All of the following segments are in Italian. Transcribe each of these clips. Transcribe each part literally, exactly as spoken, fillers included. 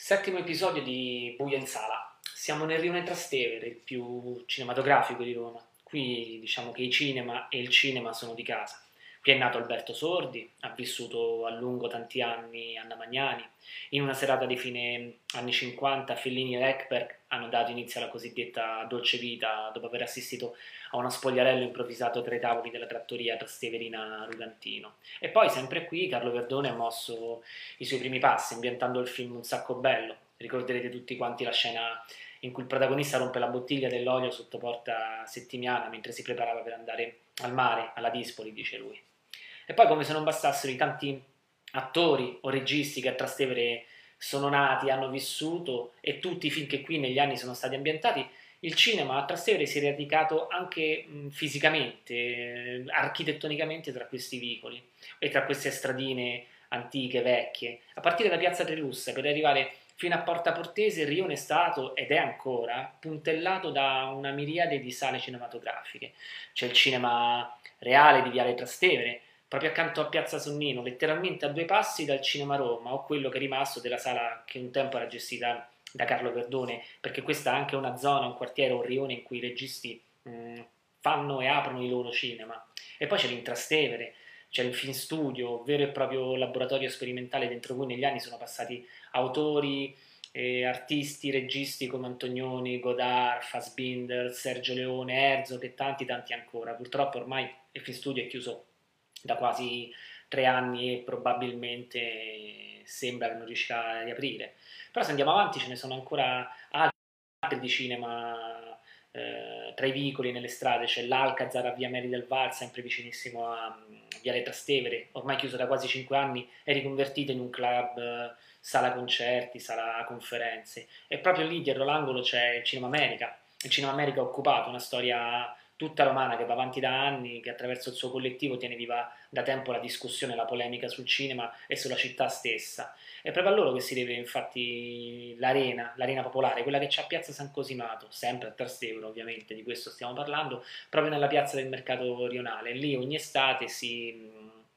Settimo episodio di Buio in Sala. Siamo nel Rione Trastevere, il più cinematografico di Roma. Qui diciamo che i cinema e il cinema sono di casa. Qui è nato Alberto Sordi, ha vissuto a lungo tanti anni Anna Magnani. In una serata di fine anni cinquanta Fellini e Ekberg hanno dato inizio alla cosiddetta dolce vita dopo aver assistito a uno spogliarello improvvisato tra i tavoli della trattoria trasteverina Rugantino. E poi sempre qui Carlo Verdone ha mosso i suoi primi passi ambientando il film Un sacco bello. Ricorderete tutti quanti la scena in cui il protagonista rompe la bottiglia dell'olio sotto Porta Settimana mentre si preparava per andare al mare, alla Dispoli, dice lui. E poi, come se non bastassero i tanti attori o registi che a Trastevere sono nati, hanno vissuto, e tutti i film che qui negli anni sono stati ambientati, il cinema a Trastevere si è radicato anche mh, fisicamente, eh, architettonicamente tra questi vicoli e tra queste stradine antiche, vecchie, a partire da Piazza Trelussa per arrivare fino a Porta Portese. Il rione è stato, ed è ancora, puntellato da una miriade di sale cinematografiche. C'è il cinema reale di Viale Trastevere, proprio accanto a Piazza Sonnino, letteralmente a due passi dal Cinema Roma, o quello che è rimasto della sala che un tempo era gestita da Carlo Verdone, perché questa è anche una zona, un quartiere, un rione in cui i registi mh, fanno e aprono i loro cinema. E poi c'è l'Intrastevere, c'è il Film Studio, vero e proprio laboratorio sperimentale dentro cui negli anni sono passati autori, eh, artisti, registi come Antonioni, Godard, Fassbinder, Sergio Leone, Herzog e tanti tanti ancora. Purtroppo ormai il Film Studio è chiuso da quasi tre anni e probabilmente sembra che non riuscirà a riaprire. Però se andiamo avanti ce ne sono ancora altri di cinema eh, tra i vicoli nelle strade. C'è l'Alcazar a via Meri del Val, sempre vicinissimo a um, Viale Trastevere, ormai chiuso da quasi cinque anni, è riconvertito in un club, eh, sala concerti, sala conferenze. E proprio lì dietro l'angolo c'è il Cinema America. Il Cinema America ha occupato una storia tutta romana che va avanti da anni, che attraverso il suo collettivo tiene viva da tempo la discussione, la polemica sul cinema e sulla città stessa. È proprio a loro che si deve infatti l'arena, l'arena popolare, quella che c'è a Piazza San Cosimato, sempre a Trastevere ovviamente, di questo stiamo parlando, proprio nella piazza del mercato rionale. Lì ogni estate si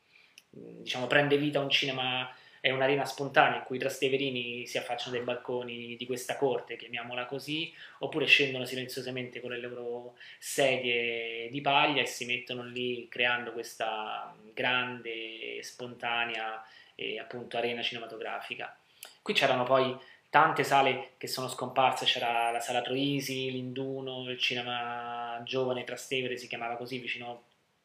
diciamo, prende vita un cinema, è un'arena spontanea in cui i trasteverini si affacciano dai balconi di questa corte, chiamiamola così, oppure scendono silenziosamente con le loro sedie di paglia e si mettono lì creando questa grande, spontanea e appunto arena cinematografica. Qui c'erano poi tante sale che sono scomparse, c'era la Sala Troisi, l'Induno, il Cinema Giovane Trastevere si chiamava così, vicino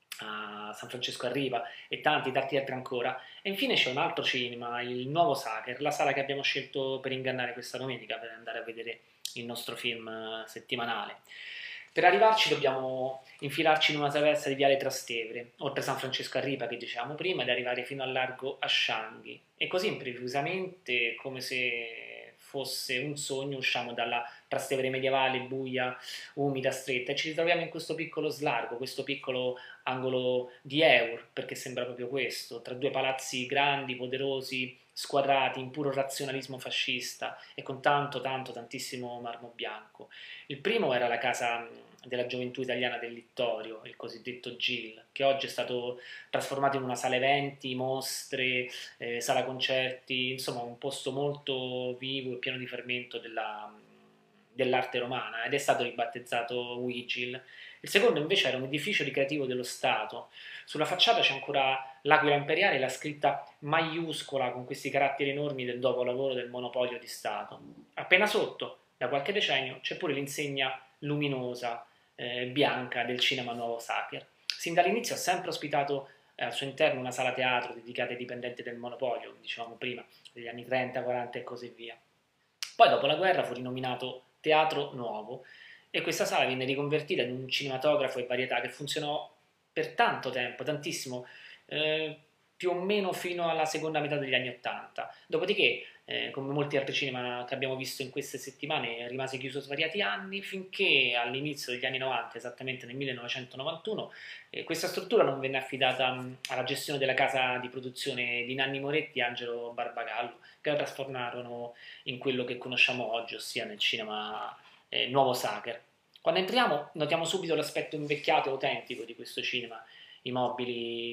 a San Francesco a Riva, e tanti, tanti altri ancora. E infine c'è un altro cinema, il Nuovo Sacher, la sala che abbiamo scelto per ingannare questa domenica, per andare a vedere il nostro film settimanale. Per arrivarci dobbiamo infilarci in una traversa di Viale Trastevere, oltre San Francesco a Riva che dicevamo prima, ed arrivare fino al largo Ascianghi. E così improvvisamente, come se fosse un sogno, usciamo dalla Trastevere medievale, buia, umida, stretta, e ci ritroviamo in questo piccolo slargo, questo piccolo angolo di Eur, perché sembra proprio questo, tra due palazzi grandi, poderosi, squadrati, in puro razionalismo fascista e con tanto, tanto, tantissimo marmo bianco. Il primo era la casa della gioventù italiana del Littorio, il cosiddetto G I L, che oggi è stato trasformato in una sala eventi, mostre, eh, sala concerti, insomma un posto molto vivo e pieno di fermento della, dell'arte romana, ed è stato ribattezzato Wigil. Il secondo invece era un edificio ricreativo dello Stato. Sulla facciata c'è ancora l'Aquila Imperiale e la scritta maiuscola con questi caratteri enormi del dopolavoro del monopolio di Stato. Appena sotto, da qualche decennio, c'è pure l'insegna luminosa, eh, bianca del Cinema Nuovo Sacher. Sin dall'inizio ha sempre ospitato eh, al suo interno una sala teatro dedicata ai dipendenti del monopolio, come dicevamo prima, degli anni trenta, quaranta e così via. Poi dopo la guerra fu rinominato Teatro Nuovo, e questa sala venne riconvertita in un cinematografo e varietà che funzionò per tanto tempo, tantissimo, eh, più o meno fino alla seconda metà degli anni Ottanta. Dopodiché, eh, come molti altri cinema che abbiamo visto in queste settimane, rimase chiuso svariati anni, finché all'inizio degli anni novanta, esattamente nel millenovecentonovantuno, eh, questa struttura non venne affidata mh, alla gestione della casa di produzione di Nanni Moretti e Angelo Barbagallo, che la trasformarono in quello che conosciamo oggi, ossia nel cinema eh, Nuovo Sacher. Quando entriamo notiamo subito l'aspetto invecchiato e autentico di questo cinema, i mobili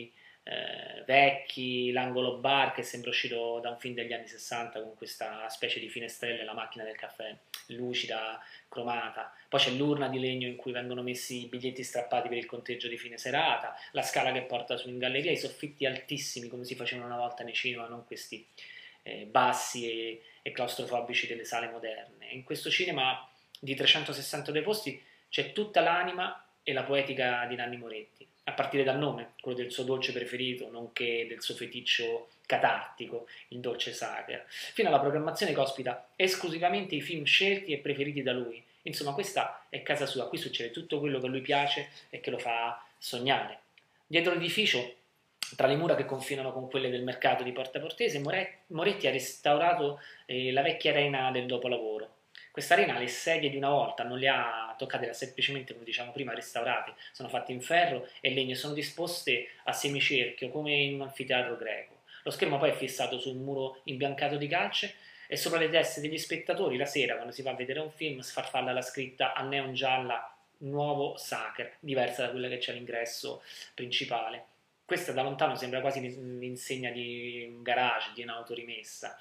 eh, vecchi, l'angolo bar che sembra uscito da un film degli anni sessanta con questa specie di finestrelle, la macchina del caffè lucida, cromata. Poi c'è l'urna di legno in cui vengono messi i biglietti strappati per il conteggio di fine serata, la scala che porta su in galleria, i soffitti altissimi come si facevano una volta nei cinema, non questi eh, bassi e, e claustrofobici delle sale moderne. In questo cinema di trecentosessantadue posti c'è tutta l'anima e la poetica di Nanni Moretti, a partire dal nome, quello del suo dolce preferito, nonché del suo feticcio catartico, il dolce Sacher, fino alla programmazione che ospita esclusivamente i film scelti e preferiti da lui. Insomma, questa è casa sua, qui succede tutto quello che a lui piace e che lo fa sognare. Dietro l'edificio, tra le mura che confinano con quelle del mercato di Porta Portese, Moretti ha restaurato eh, la vecchia arena del dopolavoro. Questa arena ha le sedie di una volta, non le ha toccate, le ha semplicemente, come diciamo prima, restaurate. Sono fatte in ferro e legno e sono disposte a semicerchio, come in un anfiteatro greco. Lo schermo poi è fissato su un muro imbiancato di calce e sopra le teste degli spettatori la sera, quando si va a vedere un film, sfarfalla la scritta a neon gialla Nuovo Sacher, diversa da quella che c'è all'ingresso principale. Questa da lontano sembra quasi l'insegna di un garage, di un'auto rimessa.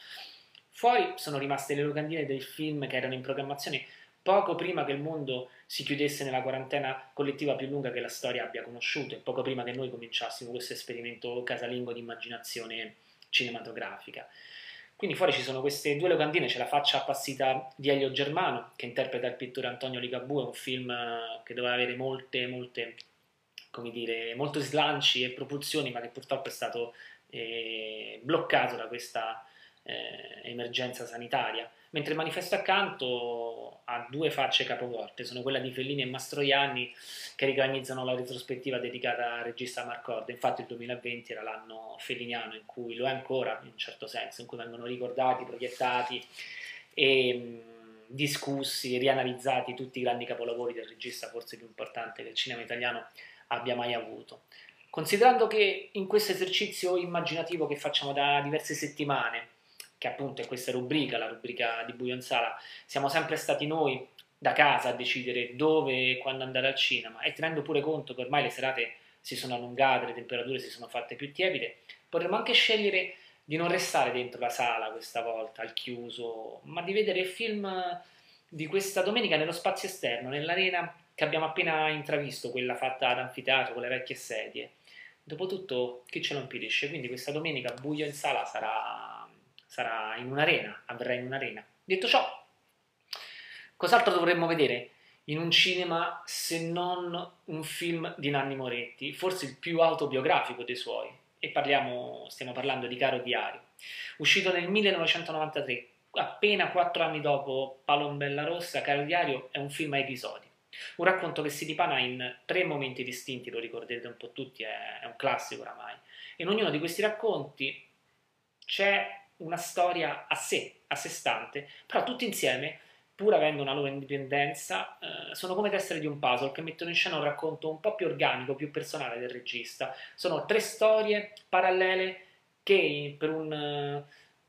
Fuori sono rimaste le locandine del film che erano in programmazione poco prima che il mondo si chiudesse nella quarantena collettiva più lunga che la storia abbia conosciuto e poco prima che noi cominciassimo questo esperimento casalingo di immaginazione cinematografica. Quindi fuori ci sono queste due locandine, c'è la faccia appassita di Elio Germano che interpreta il pittore Antonio Ligabue, un film che doveva avere molte, molte, come dire, molti slanci e propulsioni, ma che purtroppo è stato eh, bloccato da questa Eh, emergenza sanitaria, mentre il manifesto accanto ha due facce capovolte, sono quella di Fellini e Mastroianni che riorganizzano la retrospettiva dedicata al regista Marcord. Infatti il duemilaventi era l'anno felliniano, in cui lo è ancora in un certo senso, in cui vengono ricordati, proiettati e mh, discussi e rianalizzati tutti i grandi capolavori del regista forse più importante che il cinema italiano abbia mai avuto. Considerando che in questo esercizio immaginativo che facciamo da diverse settimane, che appunto è questa rubrica, la rubrica di Buio in Sala, siamo sempre stati noi da casa a decidere dove e quando andare al cinema, e tenendo pure conto che ormai le serate si sono allungate, le temperature si sono fatte più tiepide, potremmo anche scegliere di non restare dentro la sala questa volta, al chiuso, ma di vedere il film di questa domenica nello spazio esterno, nell'arena che abbiamo appena intravisto, quella fatta ad anfiteatro con le vecchie sedie. Dopotutto, chi ce lo impedisce? Quindi questa domenica Buio in Sala sarà... sarà in un'arena, avverrà in un'arena. Detto ciò, cos'altro dovremmo vedere in un cinema se non un film di Nanni Moretti, forse il più autobiografico dei suoi, e parliamo, stiamo parlando di Caro Diario, uscito nel millenovecentonovantatré, appena quattro anni dopo Palombella Rossa. Caro Diario è un film a episodi, un racconto che si dipana in tre momenti distinti, lo ricorderete un po' tutti, è, è un classico oramai. In ognuno di questi racconti c'è una storia a sé, a sé stante, però tutti insieme, pur avendo una loro indipendenza, eh, sono come tessere di un puzzle che mettono in scena un racconto un po' più organico, più personale del regista. Sono tre storie parallele che per un eh,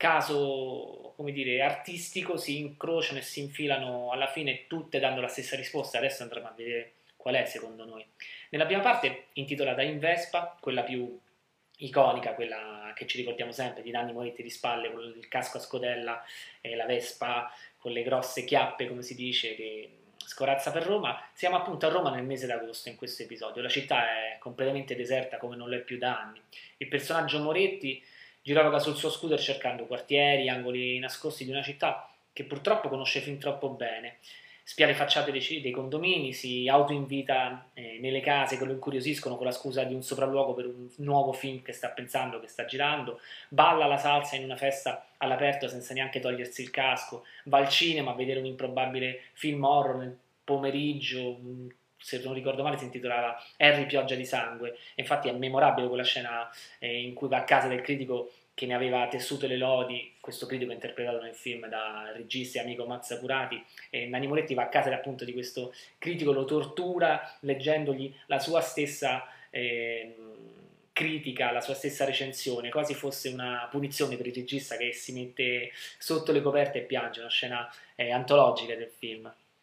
caso, come dire, artistico si incrociano e si infilano alla fine tutte dando la stessa risposta. Adesso andremo a vedere qual è secondo noi. Nella prima parte, intitolata In Vespa, quella più iconica, quella che ci ricordiamo sempre, di Nanni Moretti di spalle con il casco a scodella e la Vespa con le grosse chiappe, come si dice, che scorazza per Roma. Siamo appunto a Roma nel mese d'agosto in questo episodio, la città è completamente deserta come non lo è più da anni. Il personaggio Moretti girovaga sul suo scooter cercando quartieri, angoli nascosti di una città che purtroppo conosce fin troppo bene. Spia le facciate dei, dei condomini, si autoinvita eh, nelle case che lo incuriosiscono con la scusa di un sopralluogo per un nuovo film che sta pensando, che sta girando, balla la salsa in una festa all'aperto senza neanche togliersi il casco, va al cinema a vedere un improbabile film horror nel pomeriggio, se non ricordo male si intitolava Harry Pioggia di Sangue, e infatti è memorabile quella scena eh, in cui va a casa del critico che ne aveva tessuto le lodi, questo critico interpretato nel film da regista e amico Mazzacurati, e Nanni Moretti va a casa appunto di questo critico, lo tortura leggendogli la sua stessa eh, critica, la sua stessa recensione, quasi fosse una punizione per il regista che si mette sotto le coperte e piange, una scena eh, antologica del film.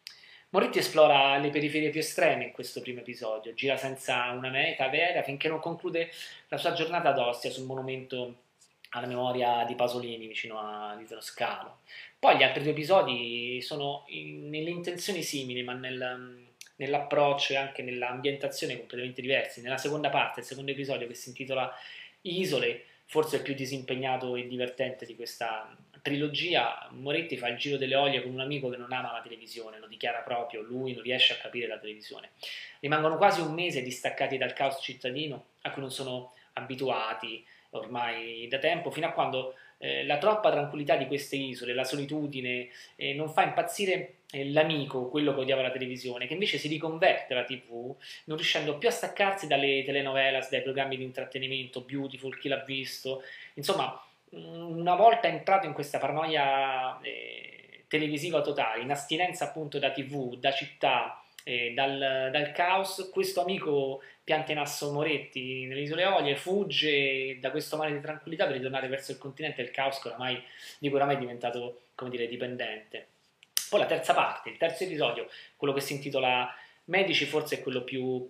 Moretti esplora le periferie più estreme in questo primo episodio, gira senza una meta vera finché non conclude la sua giornata ad Ostia sul monumento alla memoria di Pasolini vicino a Litero Scalo. Poi gli altri due episodi sono in, nelle intenzioni simili, ma nel, nell'approccio e anche nell'ambientazione completamente diversi. Nella seconda parte, il secondo episodio che si intitola Isole, forse il più disimpegnato e divertente di questa trilogia, Moretti fa il giro delle Olie con un amico che non ama la televisione, lo dichiara proprio, lui non riesce a capire la televisione. Rimangono quasi un mese distaccati dal caos cittadino a cui non sono abituati ormai da tempo, fino a quando eh, la troppa tranquillità di queste isole, la solitudine, eh, non fa impazzire eh, l'amico, quello che odiava la televisione, che invece si riconverte alla tivù, non riuscendo più a staccarsi dalle telenovelas, dai programmi di intrattenimento, Beautiful, Chi l'ha visto, insomma, una volta entrato in questa paranoia eh, televisiva totale, in astinenza appunto da tivù, da città, eh, dal, dal caos, questo amico pianta in asso Moretti nelle Isole Olie, fugge da questo mare di tranquillità per ritornare verso il continente e il caos che oramai, di cui oramai è diventato, come dire, dipendente. Poi la terza parte, il terzo episodio, quello che si intitola Medici, forse è quello più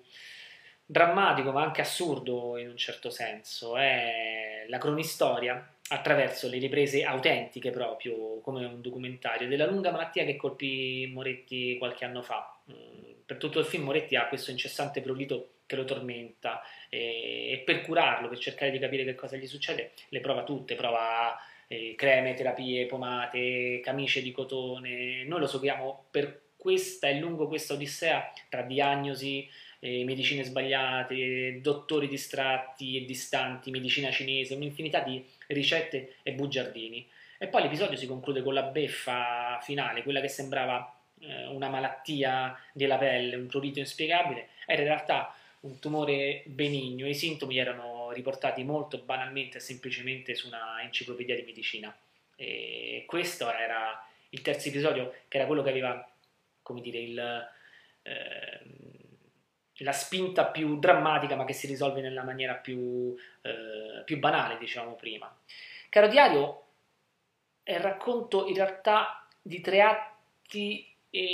drammatico ma anche assurdo in un certo senso, è la cronistoria attraverso le riprese autentiche proprio, come un documentario, della lunga malattia che colpì Moretti qualche anno fa. Per tutto il film Moretti ha questo incessante prurito che lo tormenta e per curarlo, per cercare di capire che cosa gli succede, le prova tutte, prova eh, creme, terapie, pomate, camicie di cotone. Noi lo seguiamo per questa e lungo questa odissea tra diagnosi, eh, medicine sbagliate, dottori distratti e distanti, medicina cinese, un'infinità di ricette e bugiardini. E poi l'episodio si conclude con la beffa finale, quella che sembrava eh, una malattia della pelle, un prurito inspiegabile, era in realtà un tumore benigno e i sintomi erano riportati molto banalmente e semplicemente su una enciclopedia di medicina. E questo era il terzo episodio, che era quello che aveva, come dire, il, eh, la spinta più drammatica, ma che si risolve nella maniera più, eh, più banale, diciamo prima. Caro Diario è il racconto in realtà di tre atti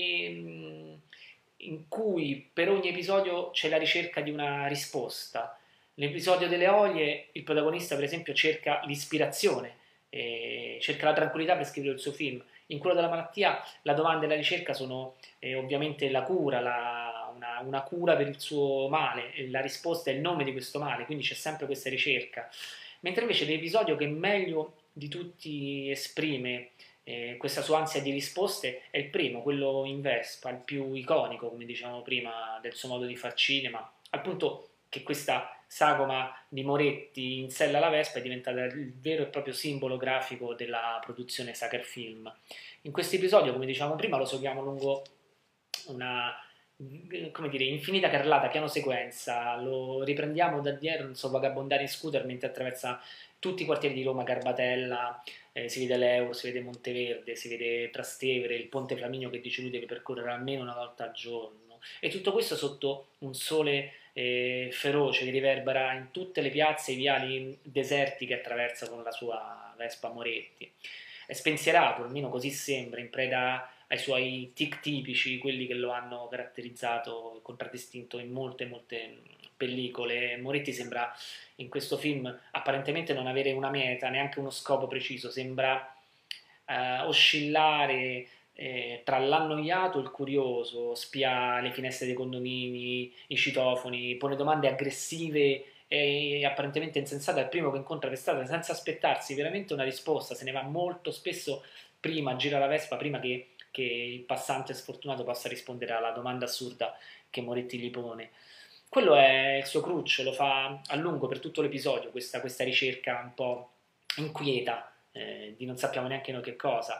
e, in cui per ogni episodio c'è la ricerca di una risposta. Nell'episodio delle Olie il protagonista per esempio cerca l'ispirazione, eh, cerca la tranquillità per scrivere il suo film. In quello della malattia la domanda e la ricerca sono eh, ovviamente la cura, la, una, una cura per il suo male, e la risposta è il nome di questo male, quindi c'è sempre questa ricerca. Mentre invece l'episodio che meglio di tutti esprime eh, questa sua ansia di risposte è il primo, quello in Vespa, il più iconico, come dicevamo prima, del suo modo di far cinema, al punto che questa sagoma di Moretti in sella alla Vespa è diventata il vero e proprio simbolo grafico della produzione Sacher Film. In questo episodio, come dicevamo prima, lo seguiamo lungo una, come dire, infinita carrellata, piano sequenza, lo riprendiamo da dietro, il suo vagabondare in scooter mentre attraversa tutti i quartieri di Roma, Garbatella, eh, si vede l'Eur, si vede Monteverde, si vede Trastevere, il Ponte Flaminio che dice lui deve percorrere almeno una volta al giorno, e tutto questo sotto un sole eh, feroce che riverbera in tutte le piazze e i viali deserti che attraversa con la sua Vespa Moretti. È spensierato, almeno così sembra, in preda ai suoi tic tipici, quelli che lo hanno caratterizzato e contraddistinto in molte molte pellicole. Moretti sembra in questo film apparentemente non avere una meta, neanche uno scopo preciso, sembra eh, oscillare eh, tra l'annoiato e il curioso, spia le finestre dei condomini, i citofoni, pone domande aggressive e apparentemente insensate al primo che incontra per strada senza aspettarsi veramente una risposta, se ne va molto spesso prima, gira la Vespa prima che, che il passante sfortunato possa rispondere alla domanda assurda che Moretti gli pone. Quello è il suo cruccio, lo fa a lungo per tutto l'episodio, questa, questa ricerca un po' inquieta, eh, di non sappiamo neanche noi che cosa.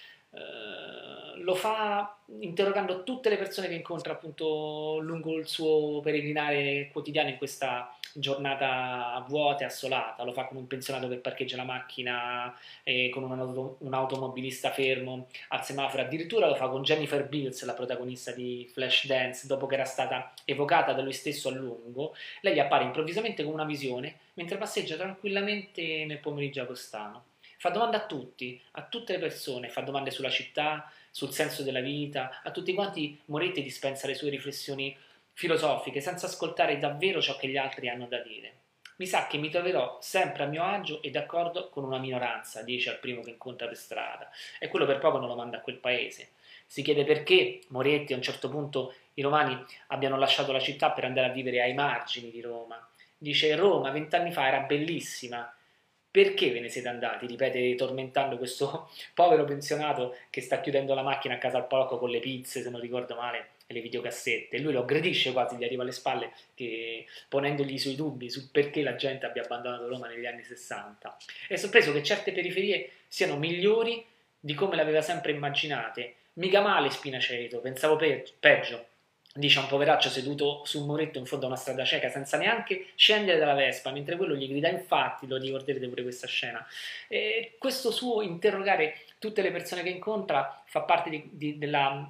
Uh, lo fa interrogando tutte le persone che incontra appunto lungo il suo peregrinare quotidiano in questa giornata vuota e assolata. Lo fa con un pensionato che parcheggia la macchina e con un, auto, un automobilista fermo al semaforo, addirittura lo fa con Jennifer Beals, la protagonista di Flashdance, dopo che era stata evocata da lui stesso a lungo. Lei gli appare improvvisamente con una visione mentre passeggia tranquillamente nel pomeriggio agostano. fa domande a tutti, a tutte le persone, fa domande sulla città, sul senso della vita, a tutti quanti Moretti dispensa le sue riflessioni filosofiche senza ascoltare davvero ciò che gli altri hanno da dire. Mi sa che mi troverò sempre a mio agio e d'accordo con una minoranza, dice al primo che incontra per strada, e quello per poco non lo manda a quel paese. Si chiede perché Moretti a un certo punto i romani abbiano lasciato la città per andare a vivere ai margini di Roma. Dice: Roma vent'anni fa era bellissima, perché ve ne siete andati? Ripete tormentando questo povero pensionato che sta chiudendo la macchina a casa al Palocco con le pizze, se non ricordo male, e le videocassette. E lui lo aggredisce quasi, gli arriva alle spalle, che, ponendogli i suoi dubbi sul perché la gente abbia abbandonato Roma negli anni sessanta. È sorpreso che certe periferie siano migliori di come le aveva sempre immaginate. Mica male Spinaceto, pensavo pe peggio. Dice a un poveraccio seduto su un muretto in fondo a una strada cieca senza neanche scendere dalla Vespa, mentre quello gli grida. Infatti, lo ricorderete pure questa scena. E questo suo interrogare tutte le persone che incontra fa parte di, di, della,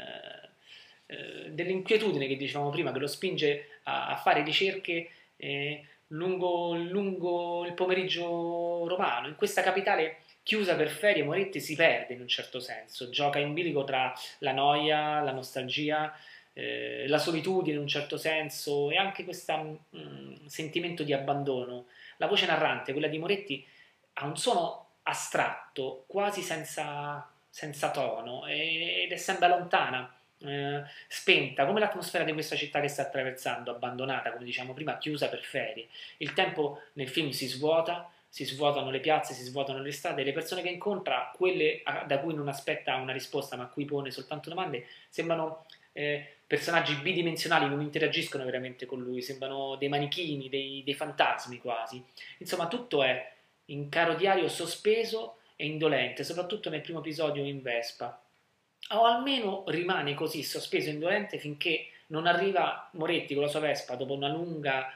eh, eh, dell'inquietudine che dicevamo prima, che lo spinge a, a fare ricerche eh, lungo, lungo il pomeriggio romano. In questa capitale chiusa per ferie, Moretti si perde in un certo senso, gioca in bilico tra la noia, la nostalgia, Eh, la solitudine in un certo senso e anche questo mm, sentimento di abbandono. La voce narrante, quella di Moretti, ha un suono astratto, quasi senza, senza tono, ed è sembra lontana, eh, spenta, come l'atmosfera di questa città che sta attraversando, abbandonata, come diciamo prima, chiusa per ferie. Il tempo nel film si svuota, si svuotano le piazze, si svuotano le strade, e le persone che incontra, quelle da cui non aspetta una risposta ma a cui pone soltanto domande, sembrano eh, personaggi bidimensionali, non interagiscono veramente con lui, sembrano dei manichini, dei, dei fantasmi quasi. Insomma, tutto è in caro diario sospeso e indolente, soprattutto nel primo episodio in Vespa. O almeno rimane così sospeso e indolente finché non arriva Moretti con la sua Vespa dopo una lunga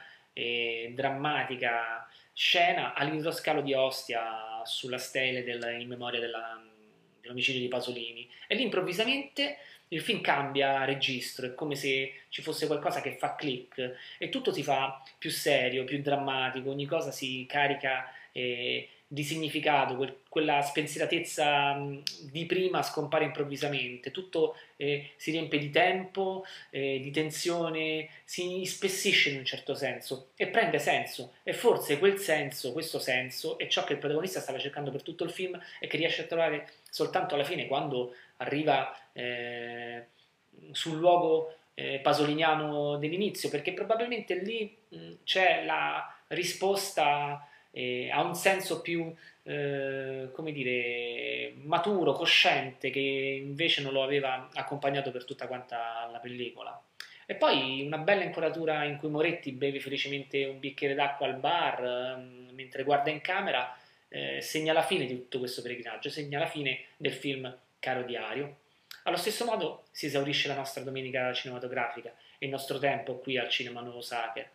e drammatica scena all'idroscalo di Ostia sulla stele del, in memoria dell'omicidio di Pasolini. E lì improvvisamente il film cambia registro, è come se ci fosse qualcosa che fa click e tutto si fa più serio, più drammatico, ogni cosa si carica eh, di significato, quel, quella spensieratezza mh, di prima scompare improvvisamente, tutto eh, si riempie di tempo, eh, di tensione, si ispessisce in un certo senso e prende senso, e forse quel senso, questo senso, è ciò che il protagonista stava cercando per tutto il film e che riesce a trovare soltanto alla fine, quando arriva eh, sul luogo eh, pasoliniano dell'inizio, perché probabilmente lì c'è la risposta eh, a un senso più eh, come dire, maturo, cosciente, che invece non lo aveva accompagnato per tutta quanta la pellicola. E poi una bella inquadratura in cui Moretti beve felicemente un bicchiere d'acqua al bar eh, mentre guarda in camera, eh, segna la fine di tutto questo peregrinaggio, segna la fine del film Caro Diario. Allo stesso modo si esaurisce la nostra domenica cinematografica e il nostro tempo qui al Cinema Nuovo Sacher.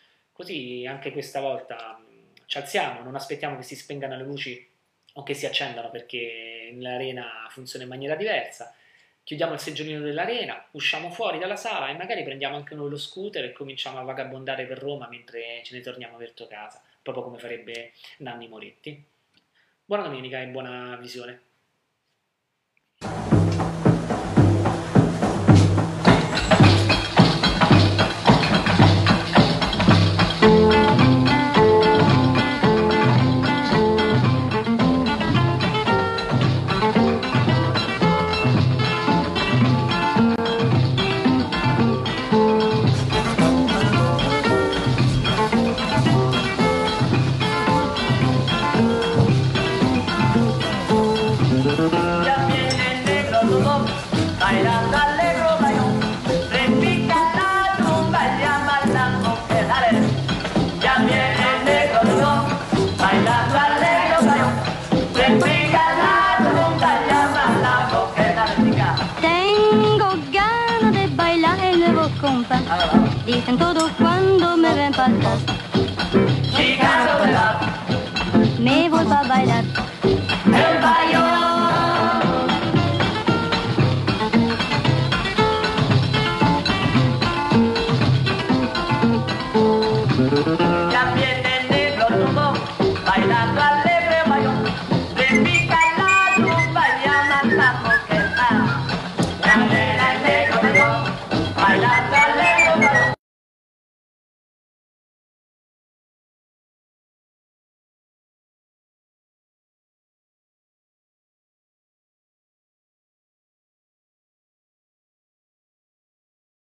Così anche questa volta ci alziamo, non aspettiamo che si spengano le luci o che si accendano perché l'arena funziona in maniera diversa. Chiudiamo il seggiolino dell'arena, usciamo fuori dalla sala e magari prendiamo anche noi lo scooter e cominciamo a vagabondare per Roma mentre ce ne torniamo verso casa, proprio come farebbe Nanni Moretti. Buona domenica e buona visione. Dicen todo cuando me ven pasar. Me voy pa' bailar.